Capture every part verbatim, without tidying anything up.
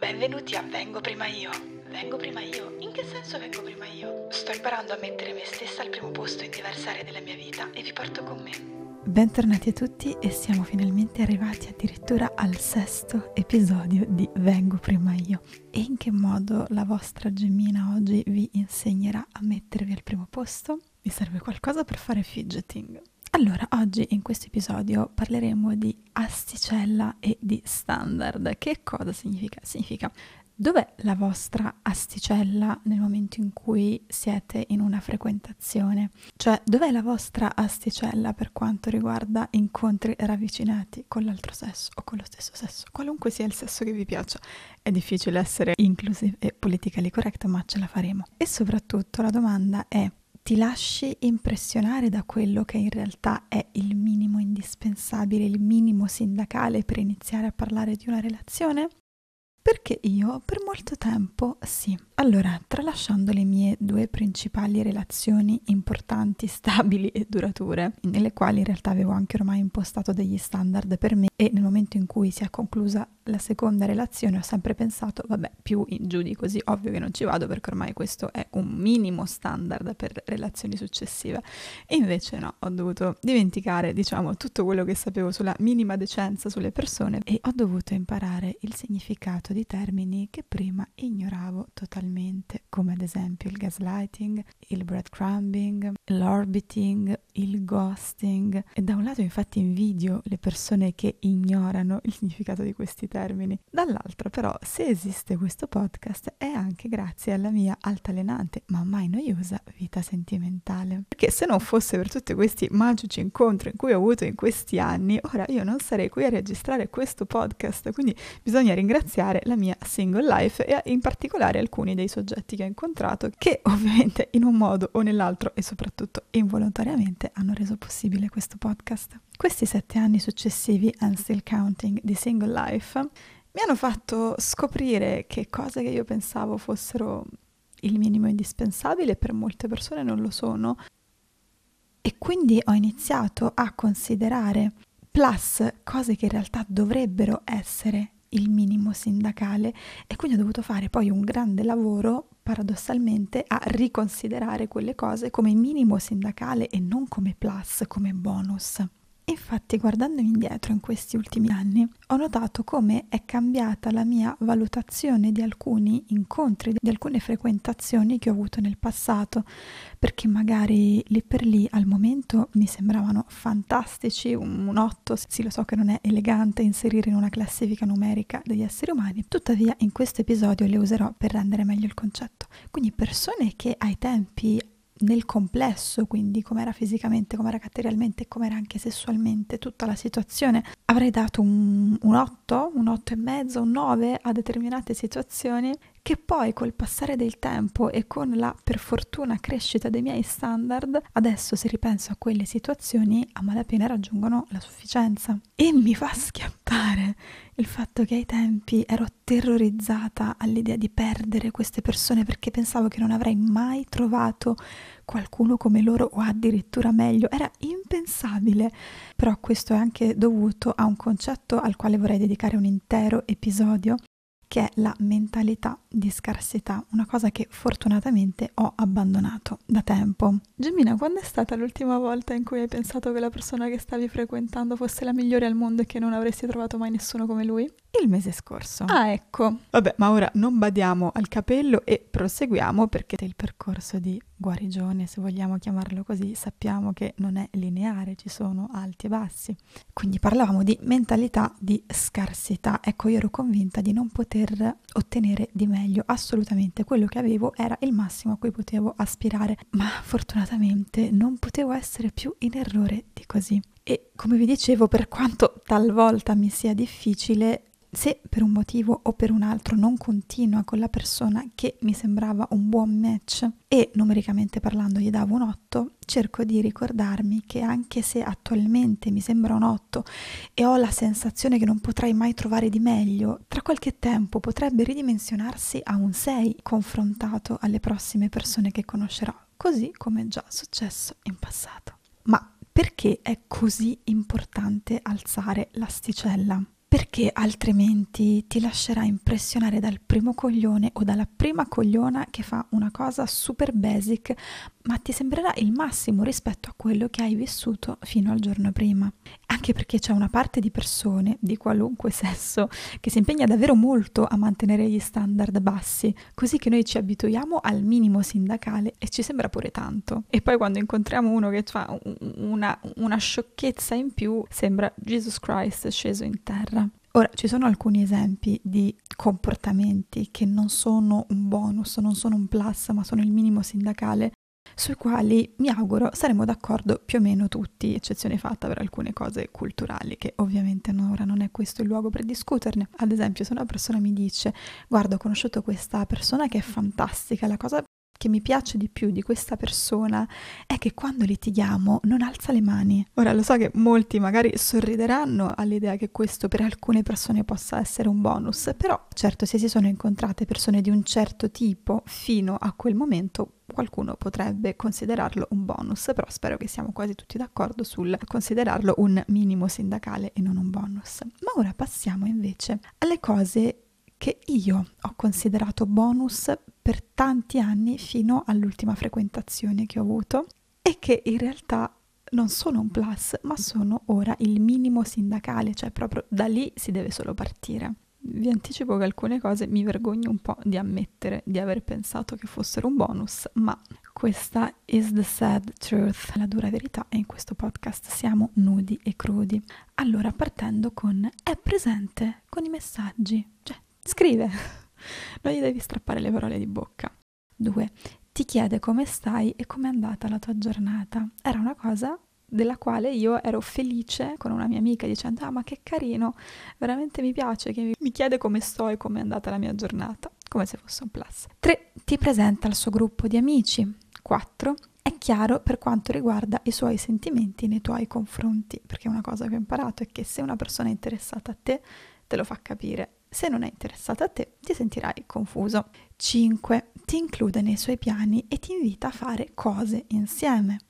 Benvenuti a Vengo prima io. Vengo prima io? In che senso vengo prima io? Sto imparando a mettere me stessa al primo posto in diverse aree della mia vita e vi porto con me. Bentornati a tutti e siamo finalmente arrivati addirittura al sesto episodio di Vengo prima io. E in che modo la vostra gemmina oggi vi insegnerà a mettervi al primo posto? Vi serve qualcosa per fare fidgeting? Allora, oggi in questo episodio parleremo di asticella e di standard. Che cosa significa? Significa dov'è la vostra asticella nel momento in cui siete in una frequentazione? Cioè, dov'è la vostra asticella per quanto riguarda incontri ravvicinati con l'altro sesso o con lo stesso sesso? Qualunque sia il sesso che vi piaccia. È difficile essere inclusive e politically correct, ma ce la faremo. E soprattutto la domanda è: ti lasci impressionare da quello che in realtà è il minimo indispensabile, il minimo sindacale per iniziare a parlare di una relazione? Perché io per molto tempo sì. Allora, tralasciando le mie due principali relazioni importanti, stabili e durature, nelle quali in realtà avevo anche ormai impostato degli standard per me, e nel momento in cui si è conclusa la seconda relazione ho sempre pensato, vabbè, più in giù di così ovvio che non ci vado, perché ormai questo è un minimo standard per relazioni successive. E invece no, ho dovuto dimenticare, diciamo, tutto quello che sapevo sulla minima decenza sulle persone e ho dovuto imparare il significato di termini che prima ignoravo totalmente, come ad esempio il gaslighting, il breadcrumbing, l'orbiting, il ghosting. E da un lato infatti invidio le persone che ignorano il significato di questi termini, dall'altro però se esiste questo podcast è anche grazie alla mia altalenante ma mai noiosa vita sentimentale, perché se non fosse per tutti questi magici incontri in cui ho avuto in questi anni, ora io non sarei qui a registrare questo podcast. Quindi bisogna ringraziare la mia single life e in particolare alcuni dei soggetti che ho incontrato, che ovviamente in un modo o nell'altro e soprattutto involontariamente hanno reso possibile questo podcast. Questi sette anni successivi, and still counting, di single life mi hanno fatto scoprire che cose che io pensavo fossero il minimo indispensabile per molte persone non lo sono, e quindi ho iniziato a considerare plus cose che in realtà dovrebbero essere il minimo sindacale, e quindi ho dovuto fare poi un grande lavoro paradossalmente a riconsiderare quelle cose come minimo sindacale e non come plus, come bonus. Infatti, guardandomi indietro in questi ultimi anni, ho notato come è cambiata la mia valutazione di alcuni incontri, di alcune frequentazioni che ho avuto nel passato, perché magari lì per lì al momento mi sembravano fantastici, un, un otto, sì, lo so che non è elegante inserire in una classifica numerica degli esseri umani, tuttavia in questo episodio le userò per rendere meglio il concetto. Quindi persone che ai tempi, nel complesso, quindi com'era fisicamente, com'era caratterialmente, com'era anche sessualmente tutta la situazione, avrei dato un, un otto, un otto e mezzo, un nove a determinate situazioni, che poi col passare del tempo e con la per fortuna crescita dei miei standard, adesso se ripenso a quelle situazioni a malapena raggiungono la sufficienza. E mi fa schiattare il fatto che ai tempi ero terrorizzata all'idea di perdere queste persone, perché pensavo che non avrei mai trovato qualcuno come loro o addirittura meglio. Era impensabile. Però questo è anche dovuto a un concetto al quale vorrei dedicare un intero episodio, che è la mentalità di scarsità, una cosa che fortunatamente ho abbandonato da tempo. Gemmina, quando è stata l'ultima volta in cui hai pensato che la persona che stavi frequentando fosse la migliore al mondo e che non avresti trovato mai nessuno come lui? Il mese scorso. Ah, ecco. Vabbè, ma ora non badiamo al capello e proseguiamo, perché il percorso di guarigione, se vogliamo chiamarlo così, sappiamo che non è lineare, ci sono alti e bassi. Quindi parlavamo di mentalità di scarsità. Ecco, io ero convinta di non poter ottenere di meglio. Assolutamente, quello che avevo era il massimo a cui potevo aspirare, ma fortunatamente non potevo essere più in errore di così. E come vi dicevo, per quanto talvolta mi sia difficile, se per un motivo o per un altro non continua con la persona che mi sembrava un buon match e numericamente parlando gli davo un otto, cerco di ricordarmi che anche se attualmente mi sembra un otto e ho la sensazione che non potrai mai trovare di meglio, tra qualche tempo potrebbe ridimensionarsi a un sei confrontato alle prossime persone che conoscerò, così come è già successo in passato. Ma perché è così importante alzare l'asticella? perché altrimenti ti lascerà impressionare dal primo coglione o dalla prima cogliona che fa una cosa super basic, ma ti sembrerà il massimo rispetto a quello che hai vissuto fino al giorno prima. Anche perché c'è una parte di persone di qualunque sesso che si impegna davvero molto a mantenere gli standard bassi, così che noi ci abituiamo al minimo sindacale e ci sembra pure tanto. E poi quando incontriamo uno che fa una, una sciocchezza in più, sembra Jesus Christ sceso in terra. Ora, ci sono alcuni esempi di comportamenti che non sono un bonus, non sono un plus, ma sono il minimo sindacale, sui quali mi auguro saremo d'accordo più o meno tutti, eccezione fatta per alcune cose culturali, che ovviamente ora non è questo il luogo per discuterne. Ad esempio, se una persona mi dice guarda, ho conosciuto questa persona che è fantastica, la cosa che mi piace di più di questa persona è che quando litighiamo non alza le mani. Ora lo so che molti magari sorrideranno all'idea che questo per alcune persone possa essere un bonus, però certo se si sono incontrate persone di un certo tipo fino a quel momento qualcuno potrebbe considerarlo un bonus, però spero che siamo quasi tutti d'accordo sul considerarlo un minimo sindacale e non un bonus. Ma ora passiamo invece alle cose che io ho considerato bonus per tanti anni fino all'ultima frequentazione che ho avuto e che in realtà non sono un plus, ma sono ora il minimo sindacale, cioè proprio da lì si deve solo partire. Vi anticipo che alcune cose mi vergogno un po' di ammettere di aver pensato che fossero un bonus, ma questa is the sad truth, la dura verità, e in questo podcast siamo nudi e crudi. Allora, partendo con è presente con i messaggi, cioè scrive, non gli devi strappare le parole di bocca. Due, ti chiede come stai e com'è andata la tua giornata. Era una cosa della quale io ero felice con una mia amica dicendo ah ma che carino, veramente mi piace che mi chiede come sto e com'è andata la mia giornata, come se fosse un plus. Tre, ti presenta il suo gruppo di amici. Quattro, è chiaro per quanto riguarda i suoi sentimenti nei tuoi confronti, perché una cosa che ho imparato è che se una persona è interessata a te, te lo fa capire. Se non è interessata a te, ti sentirai confuso. cinque. Ti include nei suoi piani e ti invita a fare cose insieme.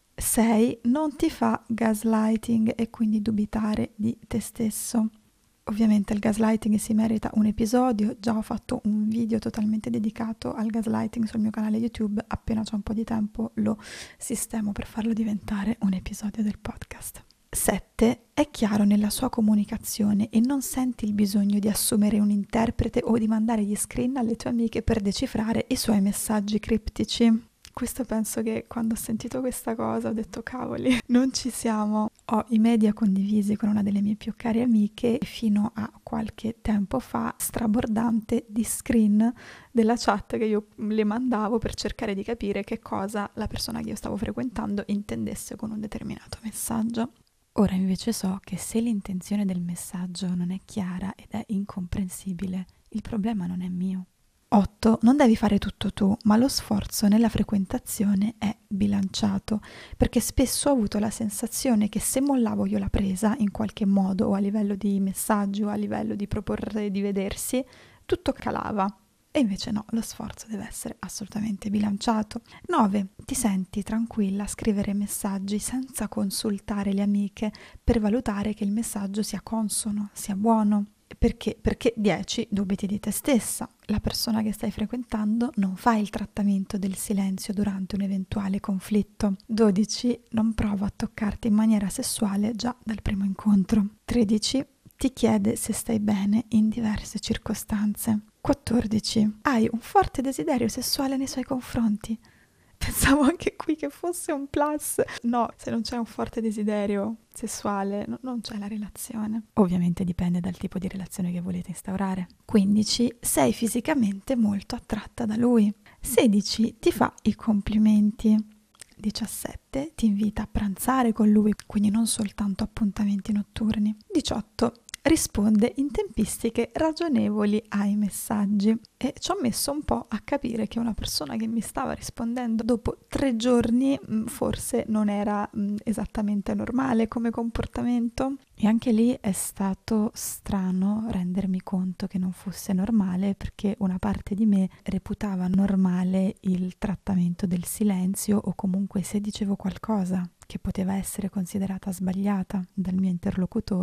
sei. Non ti fa gaslighting e quindi dubitare di te stesso. Ovviamente il gaslighting si merita un episodio, già ho fatto un video totalmente dedicato al gaslighting sul mio canale YouTube, appena c'è un po' di tempo lo sistemo per farlo diventare un episodio del podcast. sette. È chiaro nella sua comunicazione e non senti il bisogno di assumere un interprete o di mandare gli screen alle tue amiche per decifrare i suoi messaggi criptici. Questo penso che quando ho sentito questa cosa ho detto cavoli, non ci siamo. Ho i media condivisi con una delle mie più care amiche e fino a qualche tempo fa strabordante di screen della chat che io le mandavo per cercare di capire che cosa la persona che io stavo frequentando intendesse con un determinato messaggio. Ora invece so che se l'intenzione del messaggio non è chiara ed è incomprensibile, il problema non è mio. otto. Non devi fare tutto tu, ma lo sforzo nella frequentazione è bilanciato, perché spesso ho avuto la sensazione che se mollavo io la presa in qualche modo, o a livello di messaggio, o a livello di proporre di vedersi, tutto calava. E invece no, lo sforzo deve essere assolutamente bilanciato. nove. Ti senti tranquilla a scrivere messaggi senza consultare le amiche per valutare che il messaggio sia consono, sia buono. Perché? Perché dieci. Dubiti di te stessa. La persona che stai frequentando non fa il trattamento del silenzio durante un eventuale conflitto. dodici. Non prova a toccarti in maniera sessuale già dal primo incontro. tredici. Ti chiede se stai bene in diverse circostanze. quattordici. Hai un forte desiderio sessuale nei suoi confronti. Pensavo anche qui che fosse un plus. No, se non c'è un forte desiderio sessuale, no, non c'è la relazione. Ovviamente dipende dal tipo di relazione che volete instaurare. quindici. Sei fisicamente molto attratta da lui. sedici. Ti fa i complimenti. diciassette. Ti invita a pranzare con lui, quindi non soltanto appuntamenti notturni. diciotto. Risponde in tempistiche ragionevoli ai messaggi e ci ho messo un po' a capire che una persona che mi stava rispondendo dopo tre giorni forse non era esattamente normale come comportamento, e anche lì è stato strano rendermi conto che non fosse normale, perché una parte di me reputava normale il trattamento del silenzio, o comunque se dicevo qualcosa che poteva essere considerata sbagliata dal mio interlocutore,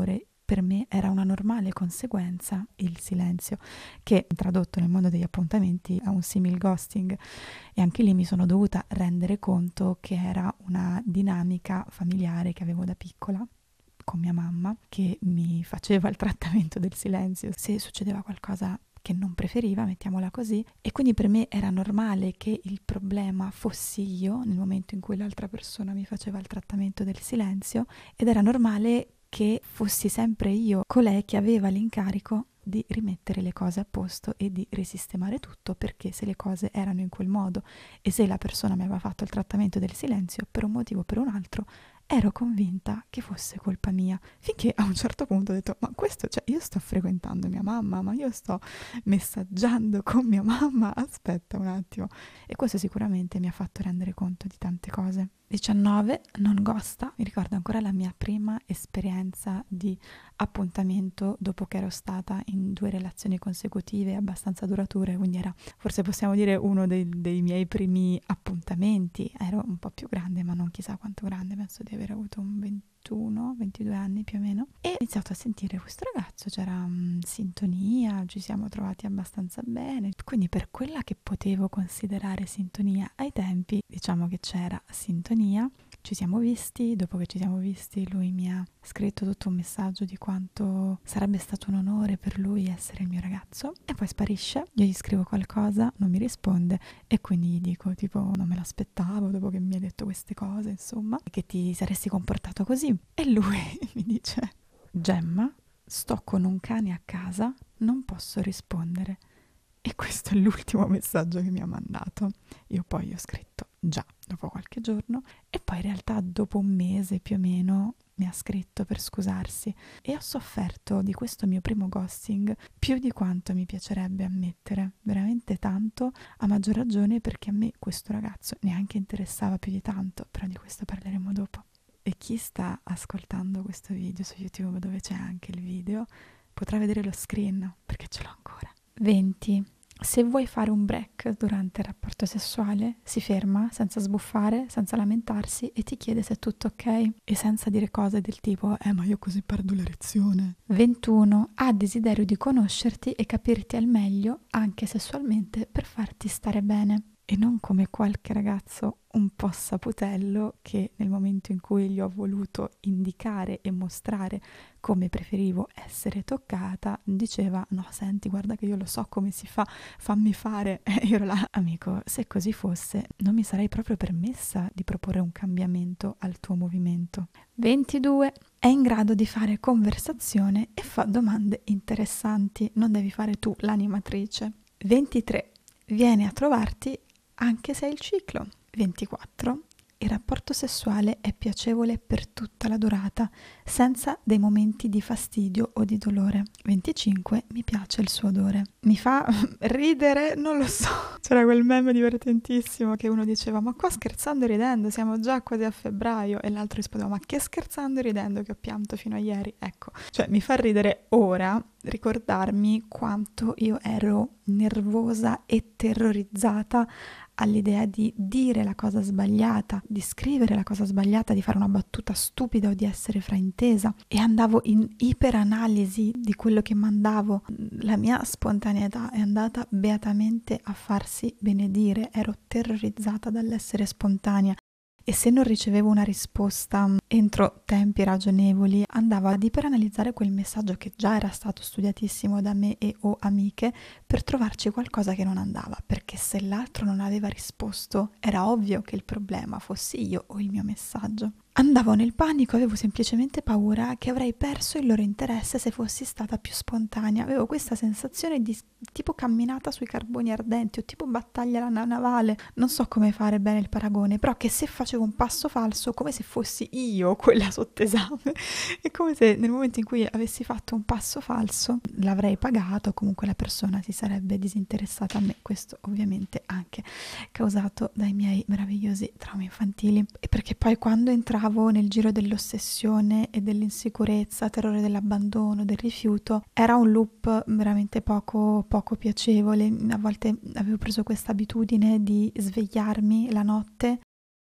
per me era una normale conseguenza il silenzio, che tradotto nel mondo degli appuntamenti è un simil ghosting, e anche lì mi sono dovuta rendere conto che era una dinamica familiare che avevo da piccola con mia mamma, che mi faceva il trattamento del silenzio se succedeva qualcosa che non preferiva, mettiamola così, e quindi per me era normale che il problema fossi io nel momento in cui l'altra persona mi faceva il trattamento del silenzio, ed era normale che fossi sempre io colei che aveva l'incarico di rimettere le cose a posto e di risistemare tutto, perché se le cose erano in quel modo e se la persona mi aveva fatto il trattamento del silenzio per un motivo o per un altro, ero convinta che fosse colpa mia, finché a un certo punto ho detto: ma questo, cioè, io sto frequentando mia mamma, ma io sto messaggiando con mia mamma, aspetta un attimo. E questo sicuramente mi ha fatto rendere conto di tante cose. diciannove, non ghosta. Mi ricordo ancora la mia prima esperienza di appuntamento dopo che ero stata in due relazioni consecutive abbastanza durature, quindi era, forse possiamo dire, uno dei, dei miei primi appuntamenti. Ero un po' più grande, ma non chissà quanto grande, penso di aver avuto un ventuno ventidue anni più o meno, e ho iniziato a sentire questo ragazzo, c'era um, sintonia, ci siamo trovati abbastanza bene, quindi per quella che potevo considerare sintonia ai tempi, diciamo che c'era sintonia. Ci siamo visti, dopo che ci siamo visti lui mi ha scritto tutto un messaggio di quanto sarebbe stato un onore per lui essere il mio ragazzo, e poi sparisce. Io gli scrivo qualcosa, non mi risponde, e quindi gli dico tipo: non me l'aspettavo dopo che mi hai detto queste cose, insomma, che ti saresti comportato così. E lui mi dice: Gemma, sto con un cane a casa, non posso rispondere. E questo è l'ultimo messaggio che mi ha mandato. Io poi gli ho scritto già dopo qualche giorno, e poi in realtà dopo un mese più o meno mi ha scritto per scusarsi, e ho sofferto di questo mio primo ghosting più di quanto mi piacerebbe ammettere, veramente tanto, a maggior ragione perché a me questo ragazzo neanche interessava più di tanto, però di questo parleremo dopo. E chi sta ascoltando questo video su YouTube, dove c'è anche il video, potrà vedere lo screen, perché ce l'ho ancora. venti. Se vuoi fare un break durante il rapporto sessuale, si ferma senza sbuffare, senza lamentarsi, e ti chiede se è tutto ok, e senza dire cose del tipo: eh ma io così perdo l'erezione. ventuno. Ha desiderio di conoscerti e capirti al meglio, anche sessualmente, per farti stare bene. E non come qualche ragazzo un po' saputello che nel momento in cui gli ho voluto indicare e mostrare come preferivo essere toccata, diceva: no, senti, guarda che io lo so come si fa, fammi fare. E io ero là: amico, se così fosse non mi sarei proprio permessa di proporre un cambiamento al tuo movimento. ventidue. È in grado di fare conversazione e fa domande interessanti, non devi fare tu l'animatrice. ventitré. Viene a trovarti anche se è il ciclo. ventiquattro. Il rapporto sessuale è piacevole per tutta la durata, senza dei momenti di fastidio o di dolore. venticinque. Mi piace il suo odore. Mi fa ridere, non lo so. C'era quel meme divertentissimo che uno diceva: ma qua scherzando e ridendo, siamo già quasi a febbraio, e l'altro rispondeva: ma che scherzando e ridendo, che ho pianto fino a ieri. Ecco, cioè mi fa ridere ora ricordarmi quanto io ero nervosa e terrorizzata all'idea di dire la cosa sbagliata, di scrivere la cosa sbagliata, di fare una battuta stupida o di essere fraintesa, e andavo in iperanalisi di quello che mandavo. La mia spontaneità è andata beatamente a farsi benedire, ero terrorizzata dall'essere spontanea. E se non ricevevo una risposta entro tempi ragionevoli, andavo ad iperanalizzare quel messaggio che già era stato studiatissimo da me e o amiche, per trovarci qualcosa che non andava, perché se l'altro non aveva risposto era ovvio che il problema fossi io o il mio messaggio. Andavo nel panico, avevo semplicemente paura che avrei perso il loro interesse se fossi stata più spontanea. Avevo questa sensazione di tipo camminata sui carboni ardenti o tipo battaglia navale, non so come fare bene il paragone, però che se facevo un passo falso, come se fossi io quella sotto esame, è come se nel momento in cui avessi fatto un passo falso l'avrei pagato, comunque la persona si sarebbe disinteressata a me. Questo ovviamente anche causato dai miei meravigliosi traumi infantili, e perché poi quando entravo nel giro dell'ossessione e dell'insicurezza, terrore dell'abbandono, del rifiuto, era un loop veramente poco, poco piacevole. A volte avevo preso questa abitudine di svegliarmi la notte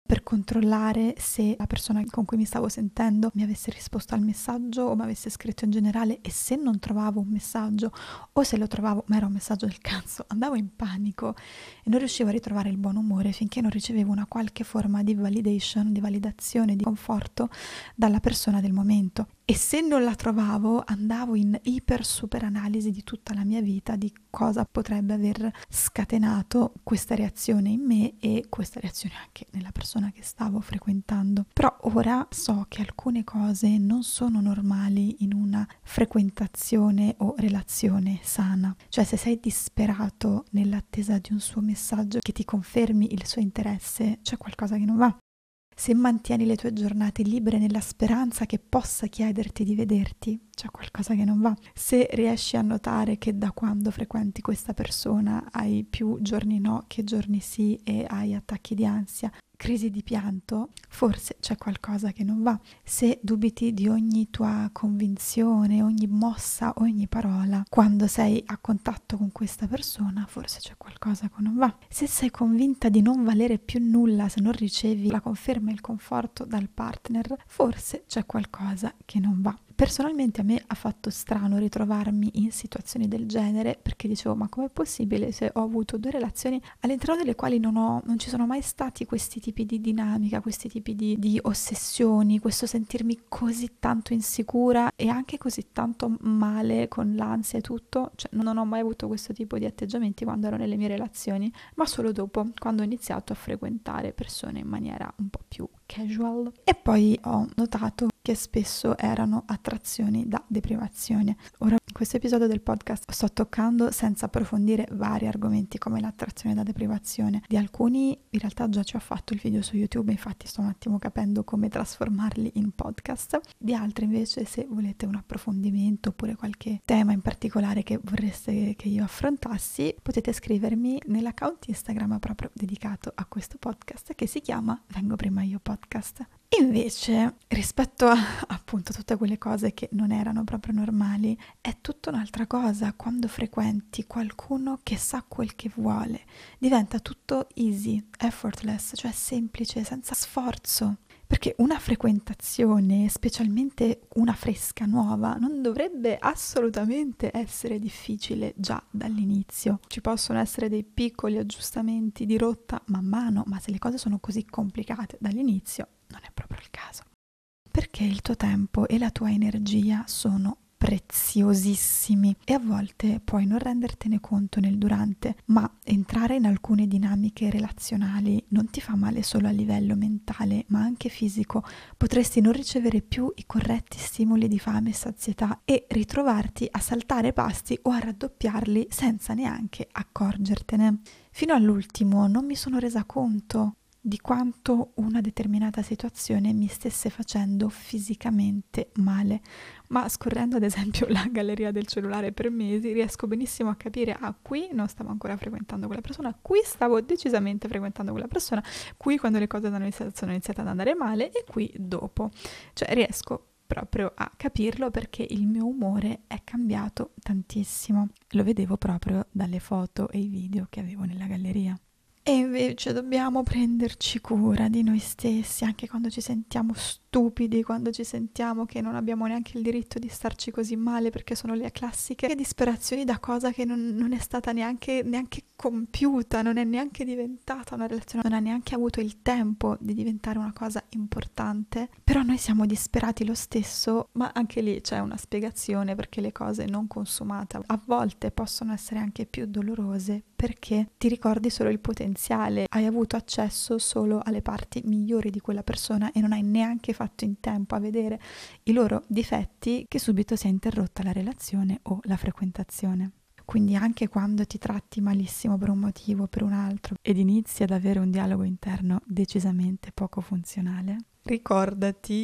per controllare se la persona con cui mi stavo sentendo mi avesse risposto al messaggio o mi avesse scritto in generale, e se non trovavo un messaggio o se lo trovavo ma era un messaggio del cazzo, andavo in panico e non riuscivo a ritrovare il buon umore finché non ricevevo una qualche forma di validation, di validazione, di conforto dalla persona del momento. E se non la trovavo andavo in iper super analisi di tutta la mia vita, di cosa potrebbe aver scatenato questa reazione in me e questa reazione anche nella persona che stavo frequentando. Però ora so che alcune cose non sono normali in una frequentazione o relazione sana. Cioè, se sei disperato nell'attesa di un suo messaggio che ti confermi il suo interesse, c'è qualcosa che non va. Se mantieni le tue giornate libere nella speranza che possa chiederti di vederti, c'è qualcosa che non va. Se riesci a notare che da quando frequenti questa persona hai più giorni no che giorni sì e hai attacchi di ansia, crisi di pianto, forse c'è qualcosa che non va. Se dubiti di ogni tua convinzione, ogni mossa, ogni parola, quando sei a contatto con questa persona, forse c'è qualcosa che non va. Se sei convinta di non valere più nulla se non ricevi la conferma e il conforto dal partner, forse c'è qualcosa che non va. Personalmente a me ha fatto strano ritrovarmi in situazioni del genere, perché dicevo, ma com'è possibile se ho avuto due relazioni all'interno delle quali non, ho, non ci sono mai stati questi tipi di dinamica, questi tipi di, di ossessioni, questo sentirmi così tanto insicura e anche così tanto male con l'ansia e tutto. Cioè, non ho mai avuto questo tipo di atteggiamenti quando ero nelle mie relazioni, ma solo dopo, quando ho iniziato a frequentare persone in maniera un po' più casual. E poi ho notato che spesso erano attrazioni da deprivazione. Ora, in questo episodio del podcast sto toccando senza approfondire vari argomenti come l'attrazione da deprivazione. Di alcuni in realtà già ci ho fatto il video su YouTube, infatti sto un attimo capendo come trasformarli in podcast. Di altri invece, se volete un approfondimento oppure qualche tema in particolare che vorreste che io affrontassi, potete scrivermi nell'account Instagram proprio dedicato a questo podcast che si chiama Vengo Prima Io Podcast. Invece, rispetto a appunto tutte quelle cose che non erano proprio normali, è tutta un'altra cosa quando frequenti qualcuno che sa quel che vuole. Diventa tutto easy, effortless, cioè semplice, senza sforzo. Perché una frequentazione, specialmente una fresca, nuova, non dovrebbe assolutamente essere difficile già dall'inizio. Ci possono essere dei piccoli aggiustamenti di rotta man mano, ma se le cose sono così complicate dall'inizio, non è proprio il caso. Perché il tuo tempo e la tua energia sono preziosissimi e a volte puoi non rendertene conto nel durante, ma entrare in alcune dinamiche relazionali non ti fa male solo a livello mentale, ma anche fisico. Potresti non ricevere più i corretti stimoli di fame e sazietà e ritrovarti a saltare pasti o a raddoppiarli senza neanche accorgertene. Fino all'ultimo non mi sono resa conto di quanto una determinata situazione mi stesse facendo fisicamente male, ma scorrendo ad esempio la galleria del cellulare per mesi riesco benissimo a capire, ah, qui non stavo ancora frequentando quella persona, qui stavo decisamente frequentando quella persona, qui quando le cose sono iniziate ad andare male e qui dopo. Cioè riesco proprio a capirlo perché il mio umore è cambiato tantissimo. Lo vedevo proprio dalle foto e i video che avevo nella galleria. E invece dobbiamo prenderci cura di noi stessi anche quando ci sentiamo stupidi, quando ci sentiamo che non abbiamo neanche il diritto di starci così male, perché sono le classiche disperazioni da cosa che non, non è stata neanche, neanche compiuta, non è neanche diventata una relazione, non ha neanche avuto il tempo di diventare una cosa importante, però noi siamo disperati lo stesso, ma anche lì c'è una spiegazione, perché le cose non consumate a volte possono essere anche più dolorose, perché ti ricordi solo il potenziale, hai avuto accesso solo alle parti migliori di quella persona e non hai neanche fatto in tempo a vedere i loro difetti, che subito si è interrotta la relazione o la frequentazione. Quindi anche quando ti tratti malissimo per un motivo o per un altro ed inizi ad avere un dialogo interno decisamente poco funzionale, ricordati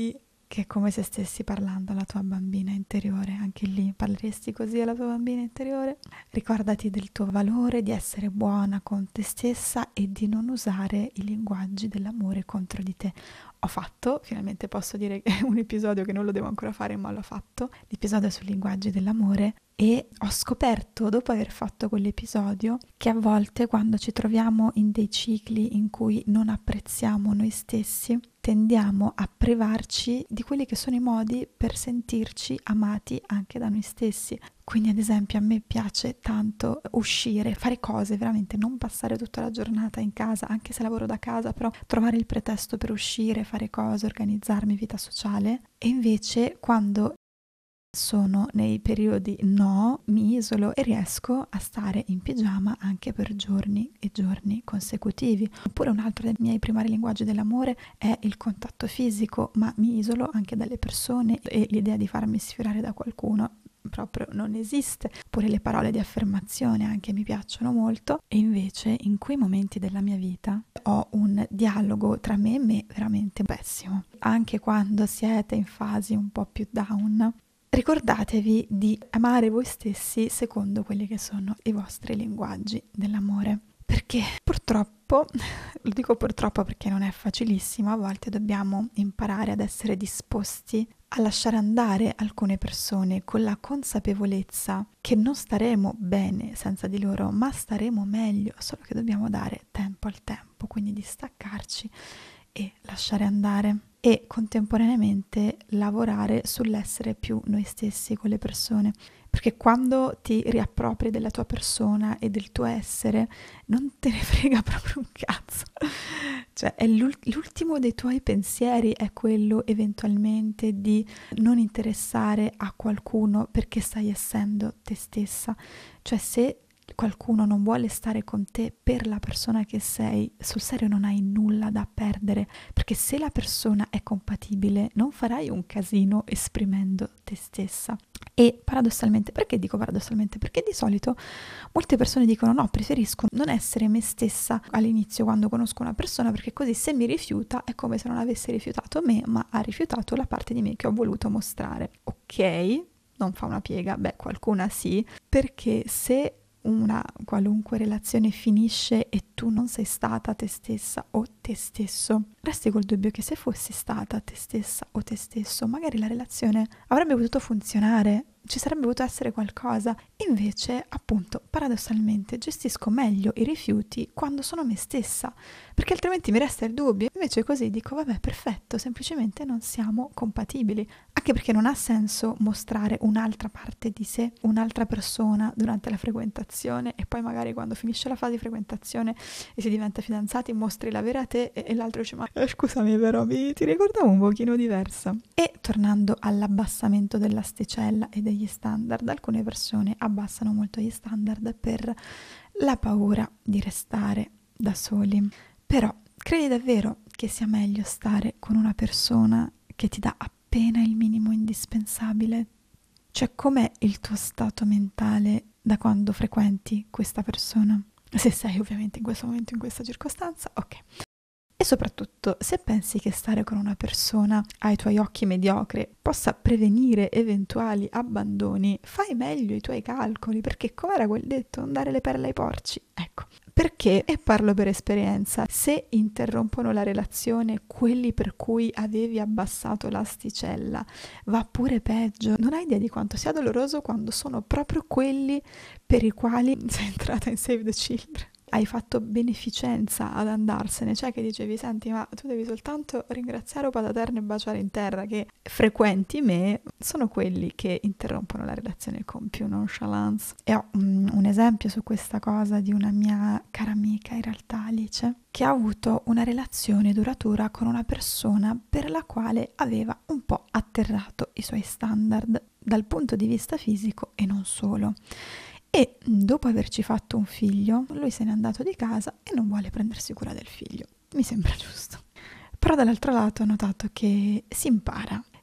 che è come se stessi parlando alla tua bambina interiore. Anche lì parleresti così alla tua bambina interiore? Ricordati del tuo valore, di essere buona con te stessa e di non usare i linguaggi dell'amore contro di te. Ho fatto, finalmente posso dire che è un episodio che non lo devo ancora fare, ma l'ho fatto, l'episodio sui linguaggi dell'amore, e ho scoperto, dopo aver fatto quell'episodio, che a volte quando ci troviamo in dei cicli in cui non apprezziamo noi stessi, tendiamo a privarci di quelli che sono i modi per sentirci amati anche da noi stessi. Quindi ad esempio a me piace tanto uscire, fare cose, veramente non passare tutta la giornata in casa, anche se lavoro da casa, però trovare il pretesto per uscire, fare cose, organizzarmi, vita sociale. E invece quando sono nei periodi no, mi isolo e riesco a stare in pigiama anche per giorni e giorni consecutivi. Oppure un altro dei miei primari linguaggi dell'amore è il contatto fisico, ma mi isolo anche dalle persone e l'idea di farmi sfiorare da qualcuno proprio non esiste. Pure le parole di affermazione anche mi piacciono molto. E invece in quei momenti della mia vita ho un dialogo tra me e me veramente pessimo. Anche quando siete in fasi un po' più down, ricordatevi di amare voi stessi secondo quelli che sono i vostri linguaggi dell'amore. Perché purtroppo, lo dico purtroppo perché non è facilissimo, a volte dobbiamo imparare ad essere disposti a lasciare andare alcune persone con la consapevolezza che non staremo bene senza di loro, ma staremo meglio, solo che dobbiamo dare tempo al tempo, quindi distaccarci e lasciare andare. E contemporaneamente lavorare sull'essere più noi stessi con le persone, perché quando ti riappropri della tua persona e del tuo essere non te ne frega proprio un cazzo, cioè è l'ultimo dei tuoi pensieri è quello eventualmente di non interessare a qualcuno perché stai essendo te stessa. Cioè se qualcuno non vuole stare con te per la persona che sei, sul serio non hai nulla da perdere, perché se la persona è compatibile non farai un casino esprimendo te stessa. E paradossalmente, perché dico paradossalmente? Perché di solito molte persone dicono no, preferisco non essere me stessa all'inizio quando conosco una persona, perché così se mi rifiuta è come se non avesse rifiutato me, ma ha rifiutato la parte di me che ho voluto mostrare. Ok, non fa una piega, beh qualcuna sì, perché se una qualunque relazione finisce e tu non sei stata te stessa o te stesso, resti col dubbio che se fossi stata te stessa o te stesso, magari la relazione avrebbe potuto funzionare, ci sarebbe potuto essere qualcosa. Invece, appunto, paradossalmente gestisco meglio i rifiuti quando sono me stessa, perché altrimenti mi resta il dubbio. Invece così dico, vabbè, perfetto, semplicemente non siamo compatibili. Anche perché non ha senso mostrare un'altra parte di sé, un'altra persona durante la frequentazione e poi magari quando finisce la fase di frequentazione e si diventa fidanzati mostri la vera te e, e l'altro dice ma eh, scusami però mi, ti ricordavo un pochino diversa. E tornando all'abbassamento dell'asticella e degli standard, alcune persone abbassano molto gli standard per la paura di restare da soli. Però credi davvero che sia meglio stare con una persona che ti dà appena il minimo indispensabile? Cioè, com'è il tuo stato mentale da quando frequenti questa persona? Se sei ovviamente in questo momento, in questa circostanza, ok. E soprattutto, se pensi che stare con una persona ai tuoi occhi mediocre possa prevenire eventuali abbandoni, fai meglio i tuoi calcoli, perché com'era quel detto, non dare le perle ai porci? Ecco, perché, e parlo per esperienza, se interrompono la relazione quelli per cui avevi abbassato l'asticella, va pure peggio. Non hai idea di quanto sia doloroso quando sono proprio quelli per i quali sei entrata in Save the Children. Hai fatto beneficenza ad andarsene, cioè che dicevi, senti, ma tu devi soltanto ringraziare o pataterno e baciare in terra che frequenti me, sono quelli che interrompono la relazione con più nonchalance. E ho um, un esempio su questa cosa di una mia cara amica, in realtà Alice, che ha avuto una relazione duratura con una persona per la quale aveva un po' atterrato i suoi standard dal punto di vista fisico e non solo. E dopo averci fatto un figlio, lui se n'è andato di casa e non vuole prendersi cura del figlio. Mi sembra giusto. Però dall'altro lato ho notato che si impara.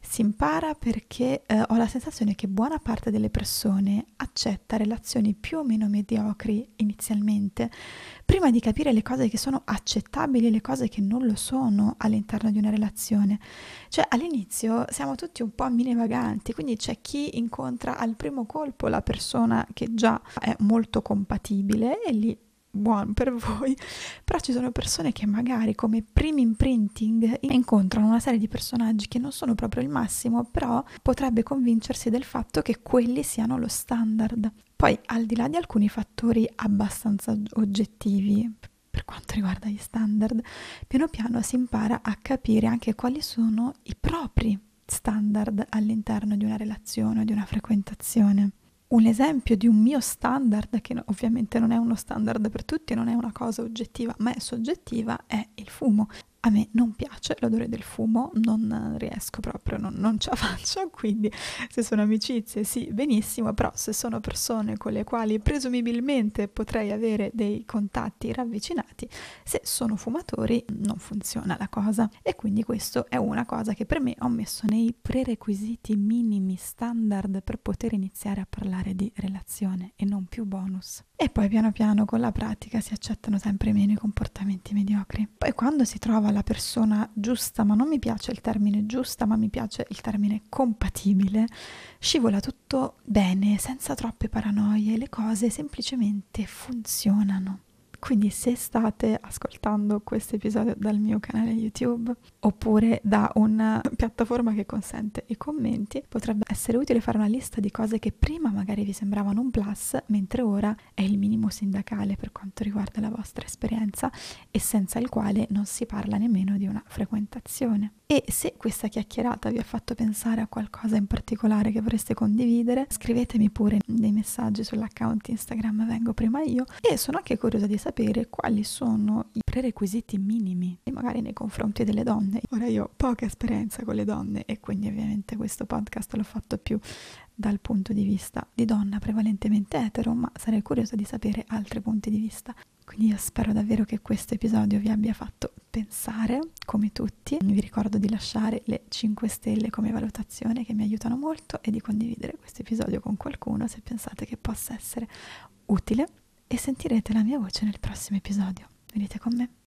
Si impara perché eh, ho la sensazione che buona parte delle persone accetta relazioni più o meno mediocri inizialmente, prima di capire le cose che sono accettabili e le cose che non lo sono all'interno di una relazione. Cioè all'inizio siamo tutti un po' mine vaganti, quindi c'è chi incontra al primo colpo la persona che già è molto compatibile e lì buono per voi, però ci sono persone che magari come primi imprinting incontrano una serie di personaggi che non sono proprio il massimo, però potrebbe convincersi del fatto che quelli siano lo standard. Poi al di là di alcuni fattori abbastanza oggettivi per quanto riguarda gli standard, piano piano si impara a capire anche quali sono i propri standard all'interno di una relazione o di una frequentazione. Un esempio di un mio standard, che ovviamente non è uno standard per tutti, non è una cosa oggettiva, ma è soggettiva, è il fumo. A me non piace l'odore del fumo, non riesco proprio, non, non ce la faccio, quindi se sono amicizie sì, benissimo, però se sono persone con le quali presumibilmente potrei avere dei contatti ravvicinati, se sono fumatori non funziona la cosa. E quindi questo è una cosa che per me ho messo nei prerequisiti minimi standard per poter iniziare a parlare di relazione e non più bonus. E poi piano piano con la pratica si accettano sempre meno i comportamenti mediocri. Poi quando si trova la persona giusta, ma non mi piace il termine giusta, ma mi piace il termine compatibile, scivola tutto bene, senza troppe paranoie, le cose semplicemente funzionano. Quindi se state ascoltando questo episodio dal mio canale YouTube oppure da una piattaforma che consente i commenti, potrebbe essere utile fare una lista di cose che prima magari vi sembravano un plus, mentre ora è il minimo sindacale per quanto riguarda la vostra esperienza e senza il quale non si parla nemmeno di una frequentazione. E se questa chiacchierata vi ha fatto pensare a qualcosa in particolare che vorreste condividere, scrivetemi pure dei messaggi sull'account Instagram Vengo Prima Io, e sono anche curiosa di sapere quali sono i prerequisiti minimi, magari nei confronti delle donne. Ora io ho poca esperienza con le donne e quindi ovviamente questo podcast l'ho fatto più dal punto di vista di donna prevalentemente etero, ma sarei curiosa di sapere altri punti di vista. Quindi io spero davvero che questo episodio vi abbia fatto pensare, come tutti. Vi ricordo di lasciare le cinque stelle come valutazione che mi aiutano molto e di condividere questo episodio con qualcuno se pensate che possa essere utile, e sentirete la mia voce nel prossimo episodio. Venite con me.